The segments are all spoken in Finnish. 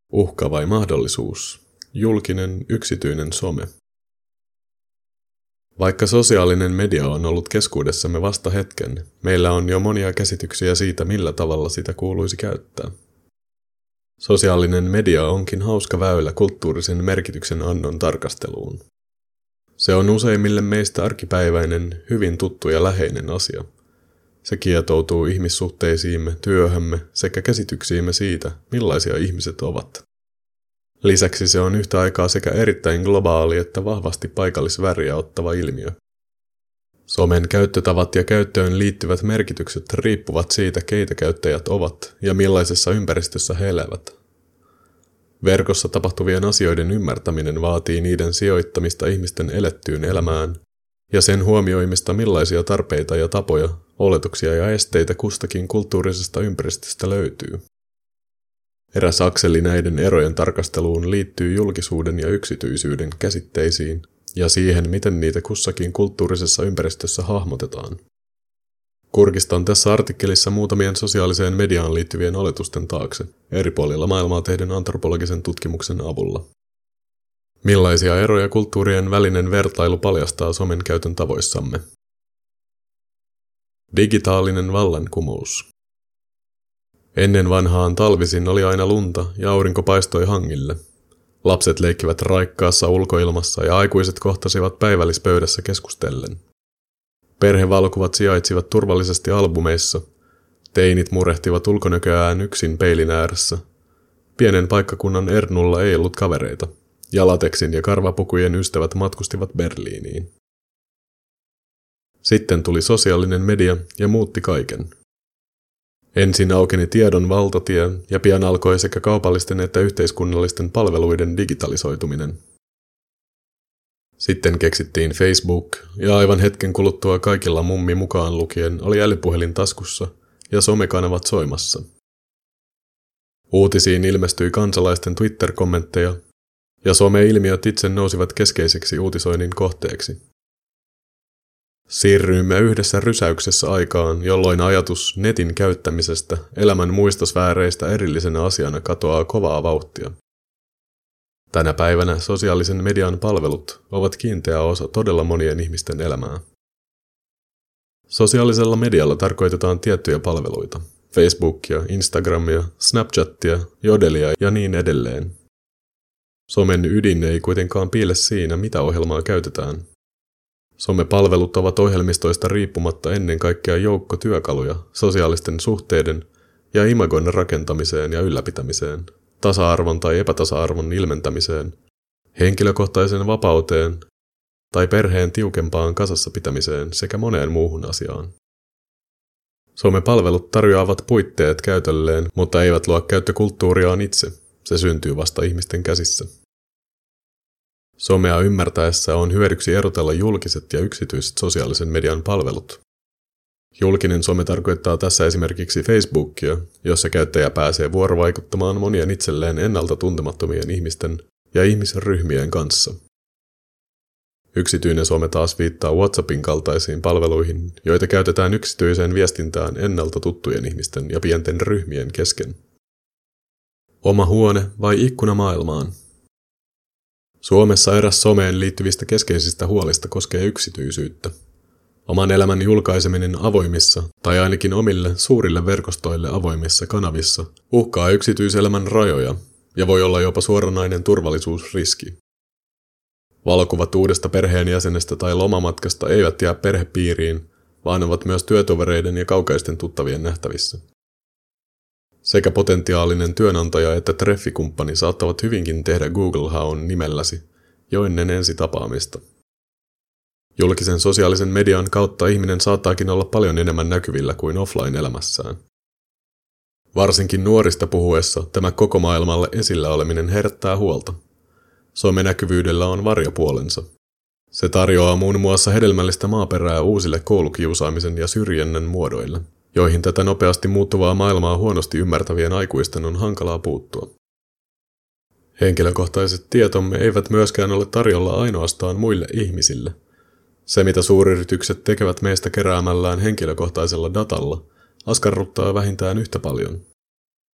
Uhka vai mahdollisuus? Julkinen, yksityinen some. Vaikka sosiaalinen media on ollut keskuudessamme vasta hetken, meillä on jo monia käsityksiä siitä, millä tavalla sitä kuuluisi käyttää. Sosiaalinen media onkin hauska väylä kulttuurisen merkityksen annon tarkasteluun. Se on useimmille meistä arkipäiväinen, hyvin tuttu ja läheinen asia. Se kietoutuu ihmissuhteisiimme, työhömme sekä käsityksiimme siitä, millaisia ihmiset ovat. Lisäksi se on yhtä aikaa sekä erittäin globaali että vahvasti paikallisväriä ottava ilmiö. Somen käyttötavat ja käyttöön liittyvät merkitykset riippuvat siitä, keitä käyttäjät ovat ja millaisessa ympäristössä he elävät. Verkossa tapahtuvien asioiden ymmärtäminen vaatii niiden sijoittamista ihmisten elettyyn elämään ja sen huomioimista, millaisia tarpeita ja tapoja, oletuksia ja esteitä kustakin kulttuurisesta ympäristöstä löytyy. Eräs akseli näiden erojen tarkasteluun liittyy julkisuuden ja yksityisyyden käsitteisiin ja siihen, miten niitä kussakin kulttuurisessa ympäristössä hahmotetaan. Kurkistan tässä artikkelissa muutamien sosiaaliseen mediaan liittyvien oletusten taakse, eri puolilla maailmaa tehdyn antropologisen tutkimuksen avulla. Millaisia eroja kulttuurien välinen vertailu paljastaa somen käytön tavoissamme? Digitaalinen vallankumous. Ennen vanhaan talvisin oli aina lunta ja aurinko paistoi hangille. Lapset leikkivät raikkaassa ulkoilmassa ja aikuiset kohtasivat päivällispöydässä keskustellen. Perhevalokuvat sijaitsivat turvallisesti albumeissa. Teinit murehtivat ulkonäköään yksin peilin ääressä. Pienen paikkakunnan Ernulla ei ollut kavereita, ja lateksin ja karvapukujen ystävät matkustivat Berliiniin. Sitten tuli sosiaalinen media ja muutti kaiken. Ensin aukeni tiedon valtatie ja pian alkoi sekä kaupallisten että yhteiskunnallisten palveluiden digitalisoituminen. Sitten keksittiin Facebook ja aivan hetken kuluttua kaikilla mummi mukaan lukien oli älypuhelin taskussa ja somekanavat soimassa. Uutisiin ilmestyi kansalaisten Twitter-kommentteja ja some-ilmiöt itse nousivat keskeiseksi uutisoinnin kohteeksi. Siirryimme yhdessä rysäyksessä aikaan, jolloin ajatus netin käyttämisestä elämän muista sfääreistä erillisenä asiana katoaa kovaa vauhtia. Tänä päivänä sosiaalisen median palvelut ovat kiinteä osa todella monien ihmisten elämää. Sosiaalisella medialla tarkoitetaan tiettyjä palveluita, Facebookia, Instagramia, Snapchatia, Jodelia ja niin edelleen. Somen ydin ei kuitenkaan piile siinä, mitä ohjelmaa käytetään. Somepalvelut ovat ohjelmistoista riippumatta ennen kaikkea joukko työkaluja sosiaalisten suhteiden ja imagon rakentamiseen ja ylläpitämiseen, tasa-arvon tai epätasa-arvon ilmentämiseen, henkilökohtaisen vapauteen tai perheen tiukempaan kasassa pitämiseen sekä moneen muuhun asiaan. Somepalvelut tarjoavat puitteet käytölleen, mutta eivät luo käyttökulttuuriaan itse. Se syntyy vasta ihmisten käsissä. Somea ymmärtäessä on hyödyksi erotella julkiset ja yksityiset sosiaalisen median palvelut. Julkinen some tarkoittaa tässä esimerkiksi Facebookia, jossa käyttäjä pääsee vuorovaikuttamaan monien itselleen ennalta tuntemattomien ihmisten ja ihmisryhmien kanssa. Yksityinen some taas viittaa WhatsAppin kaltaisiin palveluihin, joita käytetään yksityiseen viestintään ennalta tuttujen ihmisten ja pienten ryhmien kesken. Oma huone vai ikkuna maailmaan? Suomessa eräs someen liittyvistä keskeisistä huolista koskee yksityisyyttä. Oman elämän julkaiseminen avoimissa tai ainakin omille suurille verkostoille avoimissa kanavissa uhkaa yksityiselämän rajoja ja voi olla jopa suoranainen turvallisuusriski. Valokuvat uudesta perheenjäsenestä tai lomamatkasta eivät jää perhepiiriin, vaan ovat myös työtovereiden ja kaukaisten tuttavien nähtävissä. Sekä potentiaalinen työnantaja että treffikumppani saattavat hyvinkin tehdä Google-haun nimelläsi jo ennen ensitapaamista. Julkisen sosiaalisen median kautta ihminen saattaakin olla paljon enemmän näkyvillä kuin offline-elämässään. Varsinkin nuorista puhuessa tämä koko maailmalle esillä oleminen herättää huolta. Somenäkyvyydellä on varjopuolensa. Se tarjoaa muun muassa hedelmällistä maaperää uusille koulukiusaamisen ja syrjinnän muodoille, joihin tätä nopeasti muuttuvaa maailmaa huonosti ymmärtävien aikuisten on hankalaa puuttua. Henkilökohtaiset tietomme eivät myöskään ole tarjolla ainoastaan muille ihmisille. Se, mitä suuryritykset tekevät meistä keräämällään henkilökohtaisella datalla, askarruttaa vähintään yhtä paljon.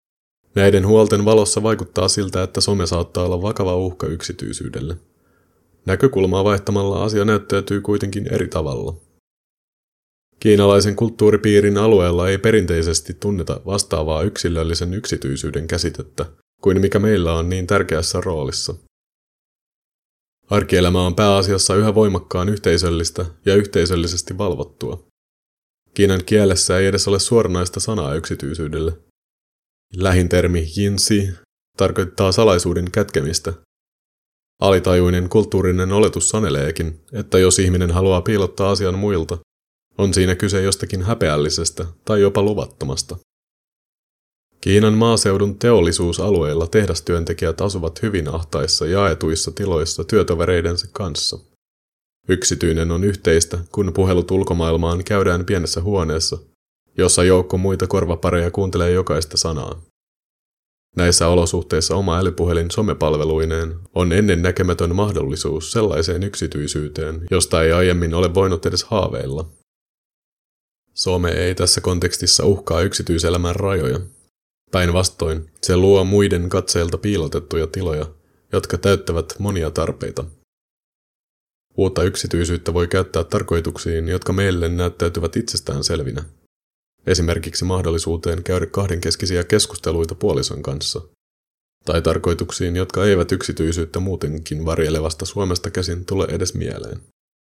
Näiden huolten valossa vaikuttaa siltä, että some saattaa olla vakava uhka yksityisyydelle. Näkökulmaa vaihtamalla asia näyttäytyy kuitenkin eri tavalla. Kiinalaisen kulttuuripiirin alueella ei perinteisesti tunneta vastaavaa yksilöllisen yksityisyyden käsitettä kuin mikä meillä on niin tärkeässä roolissa. Arkielämä on pääasiassa yhä voimakkaan yhteisöllistä ja yhteisöllisesti valvottua. Kiinan kielessä ei edes ole suoranaista sanaa yksityisyydelle. Lähin termi jinsi tarkoittaa salaisuuden kätkemistä. Alitajuinen kulttuurinen oletus saneleekin, että jos ihminen haluaa piilottaa asian muilta, on siinä kyse jostakin häpeällisestä tai jopa luvattomasta. Kiinan maaseudun teollisuusalueilla tehdastyöntekijät asuvat hyvin ahtaissa jaetuissa tiloissa työtovereidensa kanssa. Yksityinen on yhteistä, kun puhelut ulkomaailmaan käydään pienessä huoneessa, jossa joukko muita korvapareja kuuntelee jokaista sanaa. Näissä olosuhteissa oma älypuhelin somepalveluineen on ennen näkemätön mahdollisuus sellaiseen yksityisyyteen, josta ei aiemmin ole voinut edes haaveilla. Some ei tässä kontekstissa uhkaa yksityiselämän rajoja. Päinvastoin se luo muiden katseilta piilotettuja tiloja, jotka täyttävät monia tarpeita. Uutta yksityisyyttä voi käyttää tarkoituksiin, jotka meille näyttäytyvät itsestään selvinä. Esimerkiksi mahdollisuuteen käydä kahdenkeskisiä keskusteluita puolison kanssa, tai tarkoituksiin, jotka eivät yksityisyyttä muutenkin varjelevasta Suomesta käsin tule edes mieleen.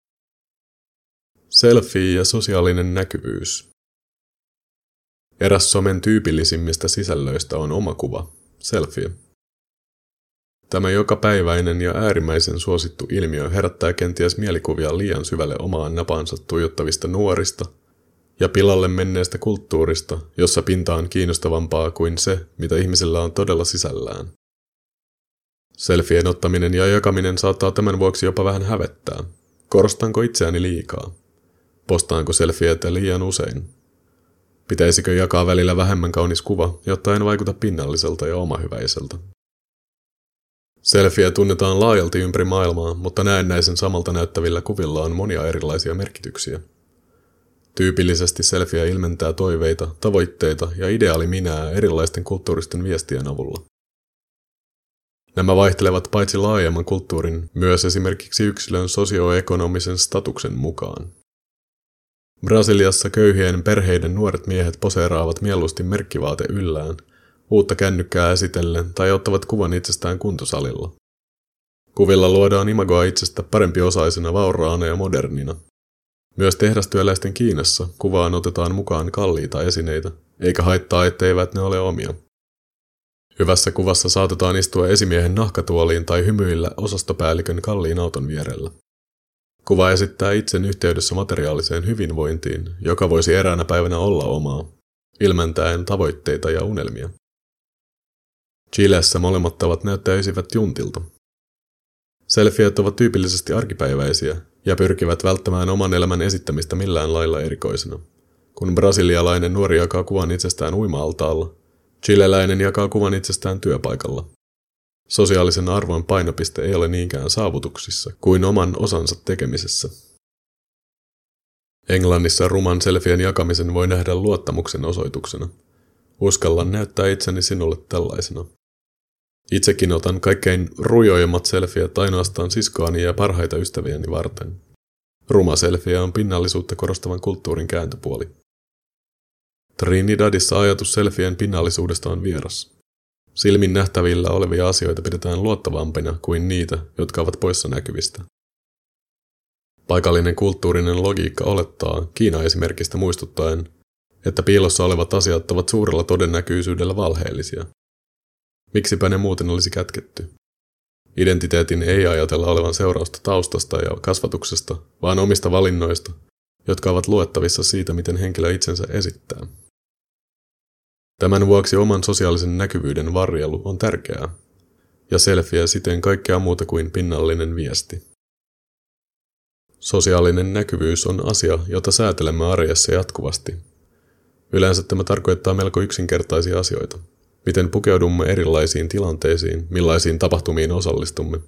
Selfie ja sosiaalinen näkyvyys. Eräs somen tyypillisimmistä sisällöistä on oma kuva, selfie. Tämä jokapäiväinen ja äärimmäisen suosittu ilmiö herättää kenties mielikuvia liian syvälle omaan napaansa tuijottavista nuorista ja pilalle menneestä kulttuurista, jossa pinta on kiinnostavampaa kuin se, mitä ihmisellä on todella sisällään. Selfien ottaminen ja jakaminen saattaa tämän vuoksi jopa vähän hävettää. Korostanko itseäni liikaa? Postaanko selfieitä liian usein? Pitäisikö jakaa välillä vähemmän kaunis kuva, jotta en vaikuta pinnalliselta ja omahyväiseltä? Selfie tunnetaan laajalti ympäri maailmaa, mutta näennäisen samalta näyttävillä kuvilla on monia erilaisia merkityksiä. Tyypillisesti selfie ilmentää toiveita, tavoitteita ja ideaaliminää erilaisten kulttuuristen viestien avulla. Nämä vaihtelevat paitsi laajemman kulttuurin, myös esimerkiksi yksilön sosioekonomisen statuksen mukaan. Brasiliassa köyhien perheiden nuoret miehet poseeraavat mieluusti merkkivaate yllään, uutta kännykkää esitellen tai ottavat kuvan itsestään kuntosalilla. Kuvilla luodaan imagoa itsestä parempiosaisena, vauraana ja modernina. Myös tehdastyöläisten Kiinassa kuvaan otetaan mukaan kalliita esineitä, eikä haittaa, etteivät ne ole omia. Hyvässä kuvassa saatetaan istua esimiehen nahkatuoliin tai hymyillä osastopäällikön kalliin auton vierellä. Kuva esittää itsen yhteydessä materiaaliseen hyvinvointiin, joka voisi eräänä päivänä olla omaa, ilmentäen tavoitteita ja unelmia. Chilessä molemmat tavat näyttäisivät juntilta. Selfiet ovat tyypillisesti arkipäiväisiä ja pyrkivät välttämään oman elämän esittämistä millään lailla erikoisena. Kun brasilialainen nuori jakaa kuvan itsestään uima-altaalla, chileläinen jakaa kuvan itsestään työpaikalla. Sosiaalisen arvon painopiste ei ole niinkään saavutuksissa kuin oman osansa tekemisessä. Englannissa ruman selfien jakamisen voi nähdä luottamuksen osoituksena. Uskallan näyttää itseni sinulle tällaisena. Itsekin otan kaikkein rujoimmat selfiet ainoastaan siskoani ja parhaita ystäviäni varten. Ruma selfie on pinnallisuutta korostavan kulttuurin kääntöpuoli. Trinidadissa ajatus selfien pinnallisuudesta on vieras. Silmin nähtävillä olevia asioita pidetään luottavampina kuin niitä, jotka ovat poissa näkyvistä. Paikallinen kulttuurinen logiikka olettaa, Kiina-esimerkistä muistuttaen, että piilossa olevat asiat ovat suurella todennäköisyydellä valheellisia. Miksipä ne muuten olisi kätketty? Identiteetin ei ajatella olevan seurausta taustasta ja kasvatuksesta, vaan omista valinnoista, jotka ovat luettavissa siitä, miten henkilö itsensä esittää. Tämän vuoksi oman sosiaalisen näkyvyyden varjelu on tärkeää, ja selfie siten kaikkea muuta kuin pinnallinen viesti. Sosiaalinen näkyvyys on asia, jota säätelemme arjessa jatkuvasti. Yleensä tämä tarkoittaa melko yksinkertaisia asioita. Miten pukeudumme erilaisiin tilanteisiin, millaisiin tapahtumiin osallistumme.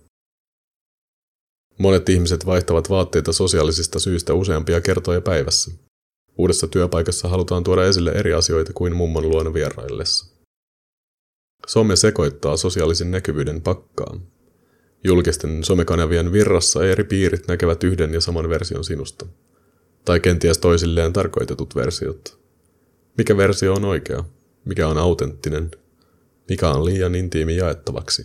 Monet ihmiset vaihtavat vaatteita sosiaalisista syistä useampia kertoja päivässä. Uudessa työpaikassa halutaan tuoda esille eri asioita kuin mummon luona vieraillessa. Some sekoittaa sosiaalisen näkyvyyden pakkaan. Julkisten somekanavien virrassa eri piirit näkevät yhden ja saman version sinusta. Tai kenties toisilleen tarkoitetut versiot. Mikä versio on oikea? Mikä on autenttinen? Mikä on liian intiimi jaettavaksi?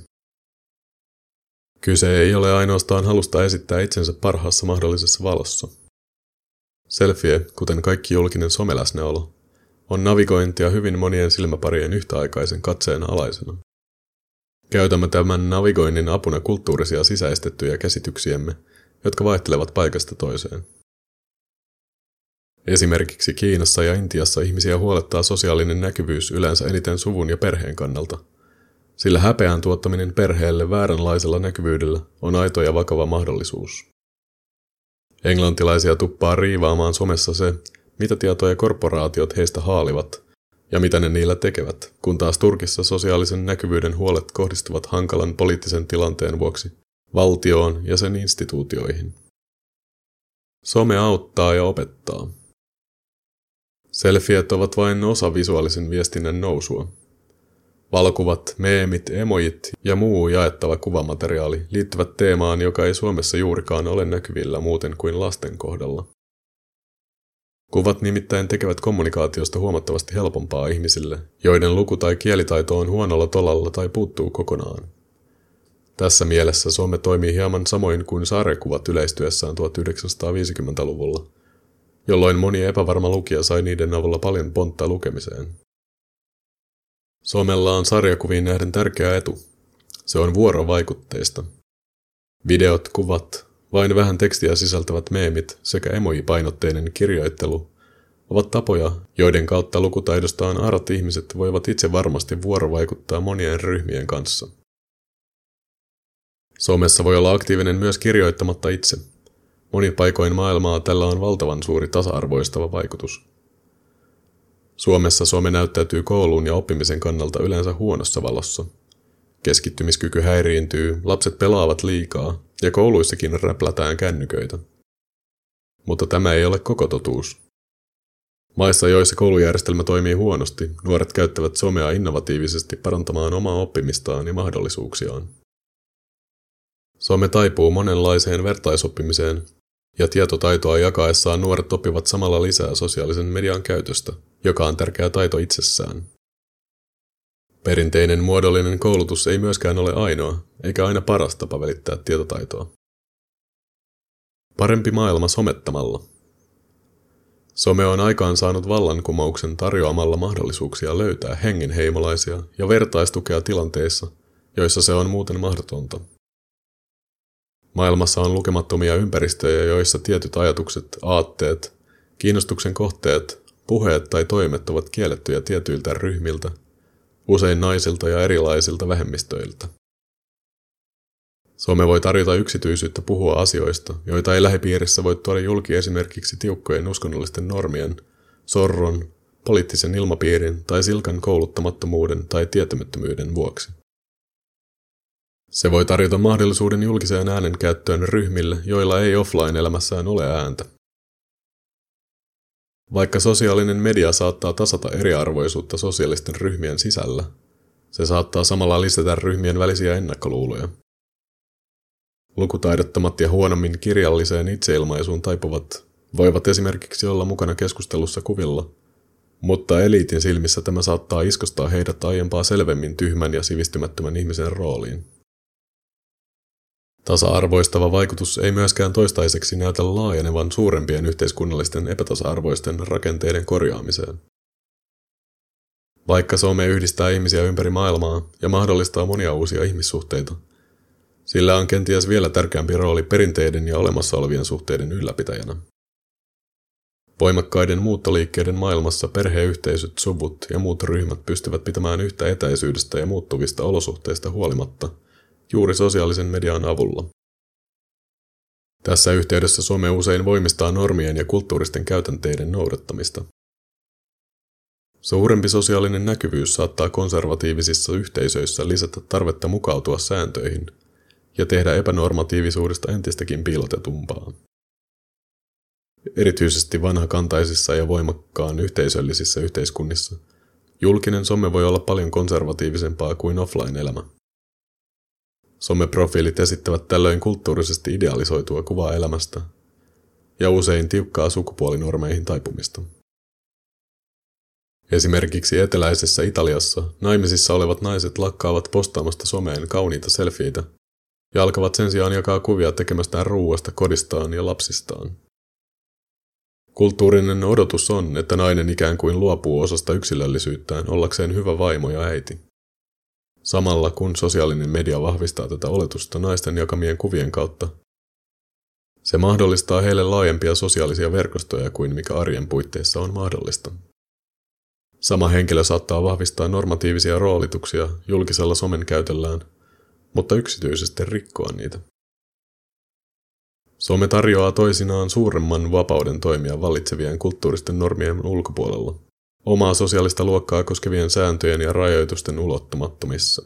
Kyse ei ole ainoastaan halusta esittää itsensä parhaassa mahdollisessa valossa. Selfie, kuten kaikki julkinen someläsnäolo, on navigointia hyvin monien silmäparien yhtäaikaisen katseen alaisena. Käytämme tämän navigoinnin apuna kulttuurisia sisäistettyjä käsityksiämme, jotka vaihtelevat paikasta toiseen. Esimerkiksi Kiinassa ja Intiassa ihmisiä huolettaa sosiaalinen näkyvyys yleensä eniten suvun ja perheen kannalta, sillä häpeän tuottaminen perheelle vääränlaisella näkyvyydellä on aito ja vakava mahdollisuus. Englantilaisia tuppaa riivaamaan somessa se, mitä tietoja korporaatiot heistä haalivat ja mitä ne niillä tekevät, kun taas Turkissa sosiaalisen näkyvyyden huolet kohdistuvat hankalan poliittisen tilanteen vuoksi valtioon ja sen instituutioihin. Some auttaa ja opettaa. Selfiet ovat vain osa visuaalisen viestinnän nousua. Valokuvat, meemit, emojit ja muu jaettava kuvamateriaali liittyvät teemaan, joka ei Suomessa juurikaan ole näkyvillä muuten kuin lasten kohdalla. Kuvat nimittäin tekevät kommunikaatiosta huomattavasti helpompaa ihmisille, joiden luku- tai kielitaito on huonolla tolalla tai puuttuu kokonaan. Tässä mielessä some toimii hieman samoin kuin sarjakuvat yleistyessään 1950-luvulla, jolloin moni epävarma lukija sai niiden avulla paljon pontta lukemiseen. Somella on sarjakuviin nähden tärkeä etu. Se on vuorovaikutteista. Videot, kuvat, vain vähän tekstiä sisältävät meemit sekä emojipainotteinen kirjoittelu ovat tapoja, joiden kautta lukutaidostaan arat ihmiset voivat itse varmasti vuorovaikuttaa monien ryhmien kanssa. Somessa voi olla aktiivinen myös kirjoittamatta itse. Monin paikoin maailmaa tällä on valtavan suuri tasa-arvoistava vaikutus. Suomessa some näyttäytyy koulun ja oppimisen kannalta yleensä huonossa valossa. Keskittymiskyky häiriintyy, lapset pelaavat liikaa ja kouluissakin räplätään kännyköitä. Mutta tämä ei ole koko totuus. Maissa, joissa koulujärjestelmä toimii huonosti, nuoret käyttävät somea innovatiivisesti parantamaan omaa oppimistaan ja mahdollisuuksiaan. Some taipuu monenlaiseen vertaisoppimiseen, ja tietotaitoa jakaessaan nuoret oppivat samalla lisää sosiaalisen median käytöstä, joka on tärkeä taito itsessään. Perinteinen muodollinen koulutus ei myöskään ole ainoa, eikä aina paras tapa välittää tietotaitoa. Parempi maailma somettamalla. Some on aikaan saanut vallankumouksen tarjoamalla mahdollisuuksia löytää hengenheimolaisia ja vertaistukea tilanteissa, joissa se on muuten mahdotonta. Maailmassa on lukemattomia ympäristöjä, joissa tietyt ajatukset, aatteet, kiinnostuksen kohteet, puheet tai toimet ovat kiellettyjä tietyiltä ryhmiltä, usein naisilta ja erilaisilta vähemmistöiltä. Some voi tarjota yksityisyyttä puhua asioista, joita ei lähipiirissä voi tuoda julki esimerkiksi tiukkojen uskonnollisten normien, sorron, poliittisen ilmapiirin tai silkan kouluttamattomuuden tai tietämättömyyden vuoksi. Se voi tarjota mahdollisuuden julkiseen äänen käyttöön ryhmille, joilla ei offline-elämässään ole ääntä. Vaikka sosiaalinen media saattaa tasata eriarvoisuutta sosiaalisten ryhmien sisällä, se saattaa samalla lisätä ryhmien välisiä ennakkoluuloja. Lukutaidottomat ja huonommin kirjalliseen itseilmaisuun taipuvat voivat esimerkiksi olla mukana keskustelussa kuvilla, mutta eliitin silmissä tämä saattaa iskostaa heidät aiempaa selvemmin tyhmän ja sivistymättömän ihmisen rooliin. Tasa-arvoistava vaikutus ei myöskään toistaiseksi näytä laajenevan suurempien yhteiskunnallisten epätasa-arvoisten rakenteiden korjaamiseen. Vaikka some yhdistää ihmisiä ympäri maailmaa ja mahdollistaa monia uusia ihmissuhteita, sillä on kenties vielä tärkeämpi rooli perinteiden ja olemassa olevien suhteiden ylläpitäjänä. Voimakkaiden muuttoliikkeiden maailmassa perheyhteisöt, suvut ja muut ryhmät pystyvät pitämään yhtä etäisyydestä ja muuttuvista olosuhteista huolimatta juuri sosiaalisen median avulla. Tässä yhteydessä some usein voimistaa normien ja kulttuuristen käytänteiden noudattamista. Suurempi sosiaalinen näkyvyys saattaa konservatiivisissa yhteisöissä lisätä tarvetta mukautua sääntöihin ja tehdä epänormatiivisuudesta entistäkin piilotetumpaa. Erityisesti vanhakantaisissa ja voimakkaan yhteisöllisissä yhteiskunnissa Julkinen some voi olla paljon konservatiivisempaa kuin offline-elämä. Someprofiilit esittävät tällöin kulttuurisesti idealisoitua kuvaa elämästä ja usein tiukkaa sukupuolinormeihin taipumista. Esimerkiksi eteläisessä Italiassa naimisissa olevat naiset lakkaavat postaamasta someen kauniita selfieitä ja alkavat sen sijaan jakaa kuvia tekemästään ruuasta, kodistaan ja lapsistaan. Kulttuurinen odotus on, että nainen ikään kuin luopuu osasta yksilöllisyyttään ollakseen hyvä vaimo ja äiti. Samalla kun sosiaalinen media vahvistaa tätä oletusta naisten jakamien kuvien kautta, se mahdollistaa heille laajempia sosiaalisia verkostoja kuin mikä arjen puitteissa on mahdollista. Sama henkilö saattaa vahvistaa normatiivisia roolituksia julkisella somen käytöllään, mutta yksityisesti rikkoa niitä. Some tarjoaa toisinaan suuremman vapauden toimia vallitsevien kulttuuristen normien ulkopuolella, omaa sosiaalista luokkaa koskevien sääntöjen ja rajoitusten ulottumattomissa.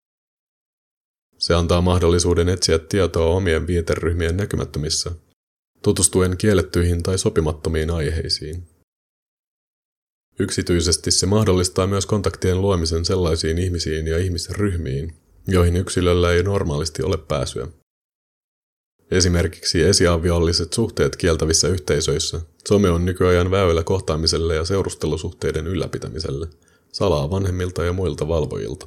Se antaa mahdollisuuden etsiä tietoa omien viiteryhmien näkymättömissä, tutustuen kiellettyihin tai sopimattomiin aiheisiin. Yksityisesti se mahdollistaa myös kontaktien luomisen sellaisiin ihmisiin ja ihmisryhmiin, joihin yksilöllä ei normaalisti ole pääsyä. Esimerkiksi esiaviolliset suhteet kieltävissä yhteisöissä some on nykyajan väylä kohtaamiselle ja seurustelusuhteiden ylläpitämiselle, salaa vanhemmilta ja muilta valvojilta.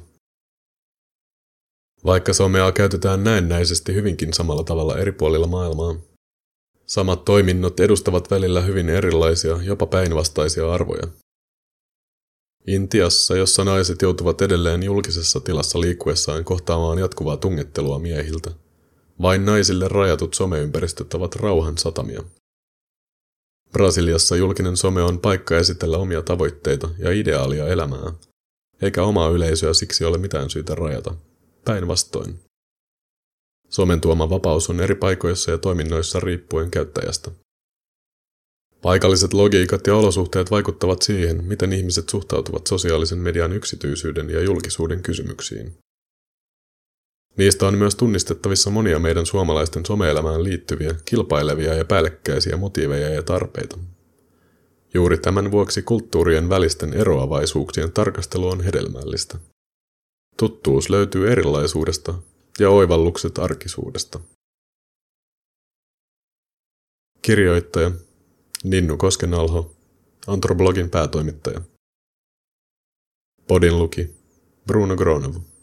Vaikka somea käytetään näennäisesti hyvinkin samalla tavalla eri puolilla maailmaa, samat toiminnot edustavat välillä hyvin erilaisia, jopa päinvastaisia arvoja. Intiassa, jossa naiset joutuvat edelleen julkisessa tilassa liikkuessaan kohtaamaan jatkuvaa tungettelua miehiltä, vain naisille rajatut someympäristöt ovat rauhan satamia. Brasiliassa julkinen some on paikka esitellä omia tavoitteita ja ideaalia elämää, eikä omaa yleisöä siksi ole mitään syytä rajata. Päinvastoin. Somen tuoma vapaus on eri paikoissa ja toiminnoissa riippuen käyttäjästä. Paikalliset logiikat ja olosuhteet vaikuttavat siihen, miten ihmiset suhtautuvat sosiaalisen median yksityisyyden ja julkisuuden kysymyksiin. Niistä on myös tunnistettavissa monia meidän suomalaisten some-elämään liittyviä, kilpailevia ja päällekkäisiä motiiveja ja tarpeita. Juuri tämän vuoksi kulttuurien välisten eroavaisuuksien tarkastelu on hedelmällistä. Tuttuus löytyy erilaisuudesta ja oivallukset arkisuudesta. Kirjoittaja Ninnu Koskenalho, Antroblogin päätoimittaja. Podin luki Bruno Gronovu.